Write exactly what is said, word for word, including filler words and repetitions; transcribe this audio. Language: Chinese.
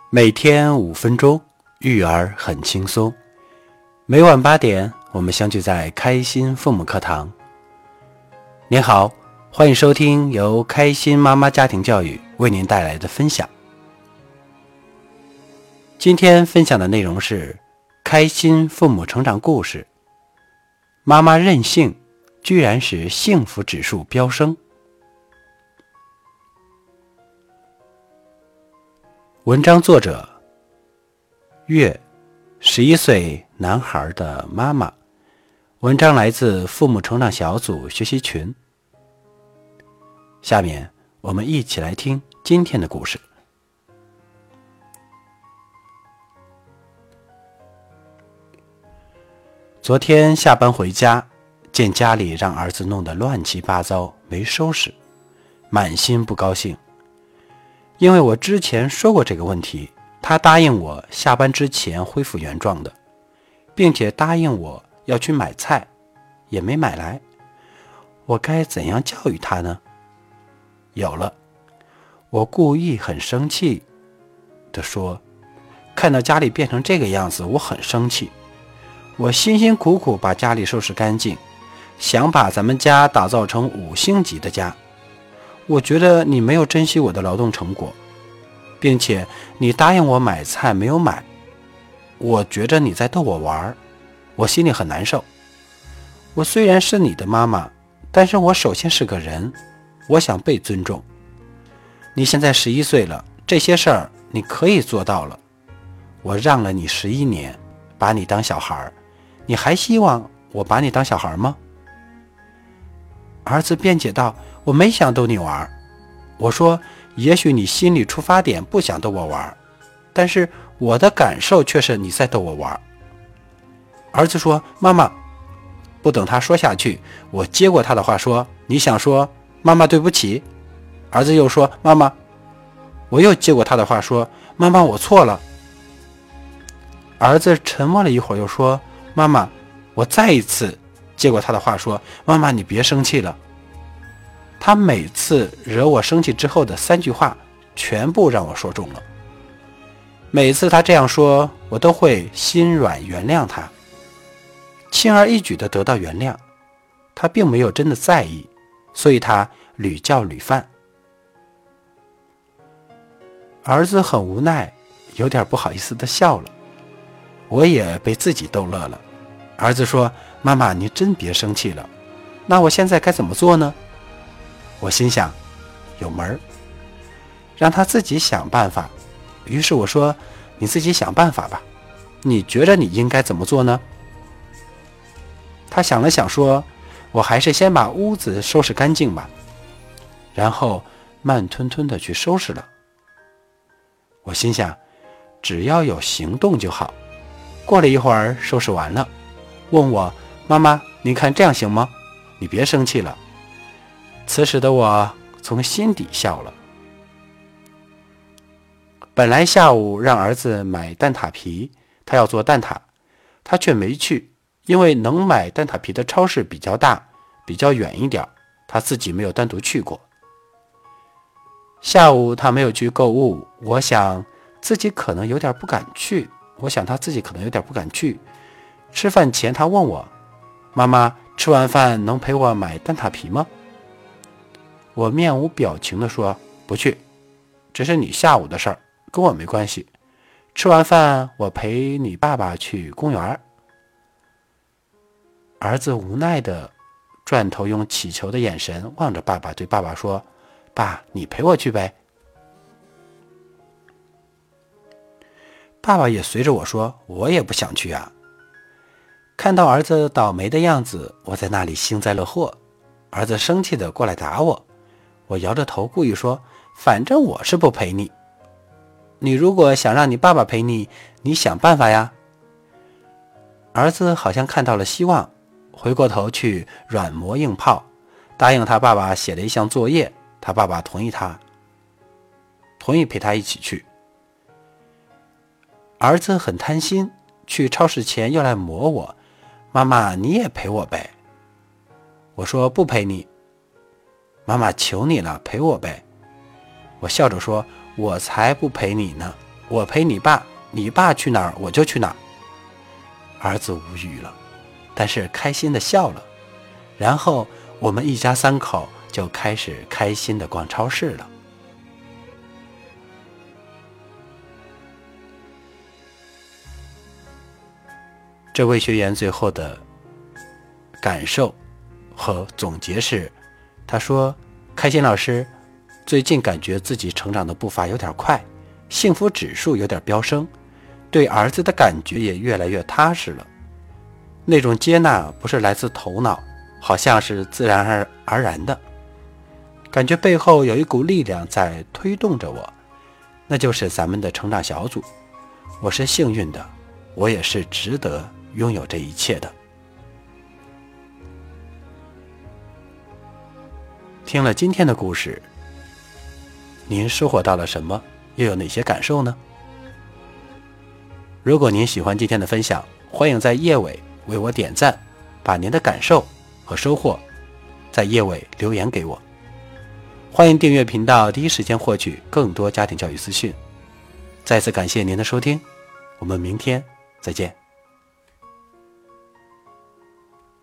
每天五分钟，育儿很轻松。每晚八点，我们相聚在开心父母课堂。您好，欢迎收听由开心妈妈家庭教育为您带来的分享。今天分享的内容是开心父母成长故事。妈妈任性，居然使幸福指数飙升。文章作者月，十一岁男孩的妈妈。文章来自父母成长小组学习群。下面我们一起来听今天的故事。昨天下班回家，见家里让儿子弄得乱七八糟，没收拾，满心不高兴。因为我之前说过这个问题，他答应我下班之前恢复原状的，并且答应我要去买菜，也没买来。我该怎样教育他呢？有了，我故意很生气地说，看到家里变成这个样子，我很生气。我辛辛苦苦把家里收拾干净，想把咱们家打造成五星级的家。我觉得你没有珍惜我的劳动成果，并且你答应我买菜没有买，我觉着你在逗我玩，我心里很难受。我虽然是你的妈妈，但是我首先是个人，我想被尊重。你现在十一岁了，这些事儿你可以做到了。我让了你十一年，把你当小孩，你还希望我把你当小孩吗？儿子辩解道，我没想逗你玩。我说，也许你心里出发点不想逗我玩，但是我的感受却是你在逗我玩。儿子说，妈妈。不等他说下去，我接过他的话说，你想说妈妈对不起？儿子又说，妈妈。我又接过他的话说，妈妈我错了。儿子沉默了一会儿又说，妈妈。我再一次接过他的话说，妈妈你别生气了。他每次惹我生气之后的三句话全部让我说中了。每次他这样说，我都会心软原谅他，轻而易举地得到原谅。他并没有真的在意，所以他屡教屡犯。儿子很无奈，有点不好意思地笑了。我也被自己逗乐了。儿子说，妈妈你真别生气了，那我现在该怎么做呢？我心想，有门儿，让他自己想办法。于是我说，你自己想办法吧，你觉得你应该怎么做呢？他想了想说，我还是先把屋子收拾干净吧，然后慢吞吞地去收拾了。我心想，只要有行动就好。过了一会儿收拾完了，问我，妈妈你看这样行吗？你别生气了。此时的我从心底笑了。本来下午让儿子买蛋挞皮，他要做蛋挞，他却没去，因为能买蛋挞皮的超市比较大，比较远一点，他自己没有单独去过。下午他没有去购物，我想自己可能有点不敢去，我想他自己可能有点不敢去。吃饭前他问我，妈妈吃完饭能陪我买蛋挞皮吗？我面无表情地说，不去，这是你下午的事儿，跟我没关系。吃完饭我陪你爸爸去公园。儿子无奈地转头用乞求的眼神望着爸爸，对爸爸说，爸你陪我去呗。爸爸也随着我说，我也不想去啊。看到儿子倒霉的样子，我在那里幸灾乐祸。儿子生气地过来打我，我摇着头故意说，反正我是不陪你，你如果想让你爸爸陪你，你想办法呀。儿子好像看到了希望，回过头去软磨硬泡，答应他爸爸写了一项作业，他爸爸同意他同意陪他一起去。儿子很贪心，去超市前又来磨我，妈妈你也陪我呗。我说不陪你。妈妈求你了，陪我呗。我笑着说，我才不陪你呢， 我陪你爸，你爸去哪儿我就去哪儿。儿子无语了，但是开心地笑了。然后我们一家三口就开始开心地逛超市了。这位学员最后的感受和总结是，他说，开心老师，最近感觉自己成长的步伐有点快，幸福指数有点飙升，对儿子的感觉也越来越踏实了。那种接纳不是来自头脑，好像是自然而而然的，感觉背后有一股力量在推动着我，那就是咱们的成长小组。我是幸运的，我也是值得拥有这一切的。听了今天的故事，您收获到了什么？又有哪些感受呢？如果您喜欢今天的分享，欢迎在页尾为我点赞，把您的感受和收获在页尾留言给我。欢迎订阅频道，第一时间获取更多家庭教育资讯。再次感谢您的收听，我们明天再见。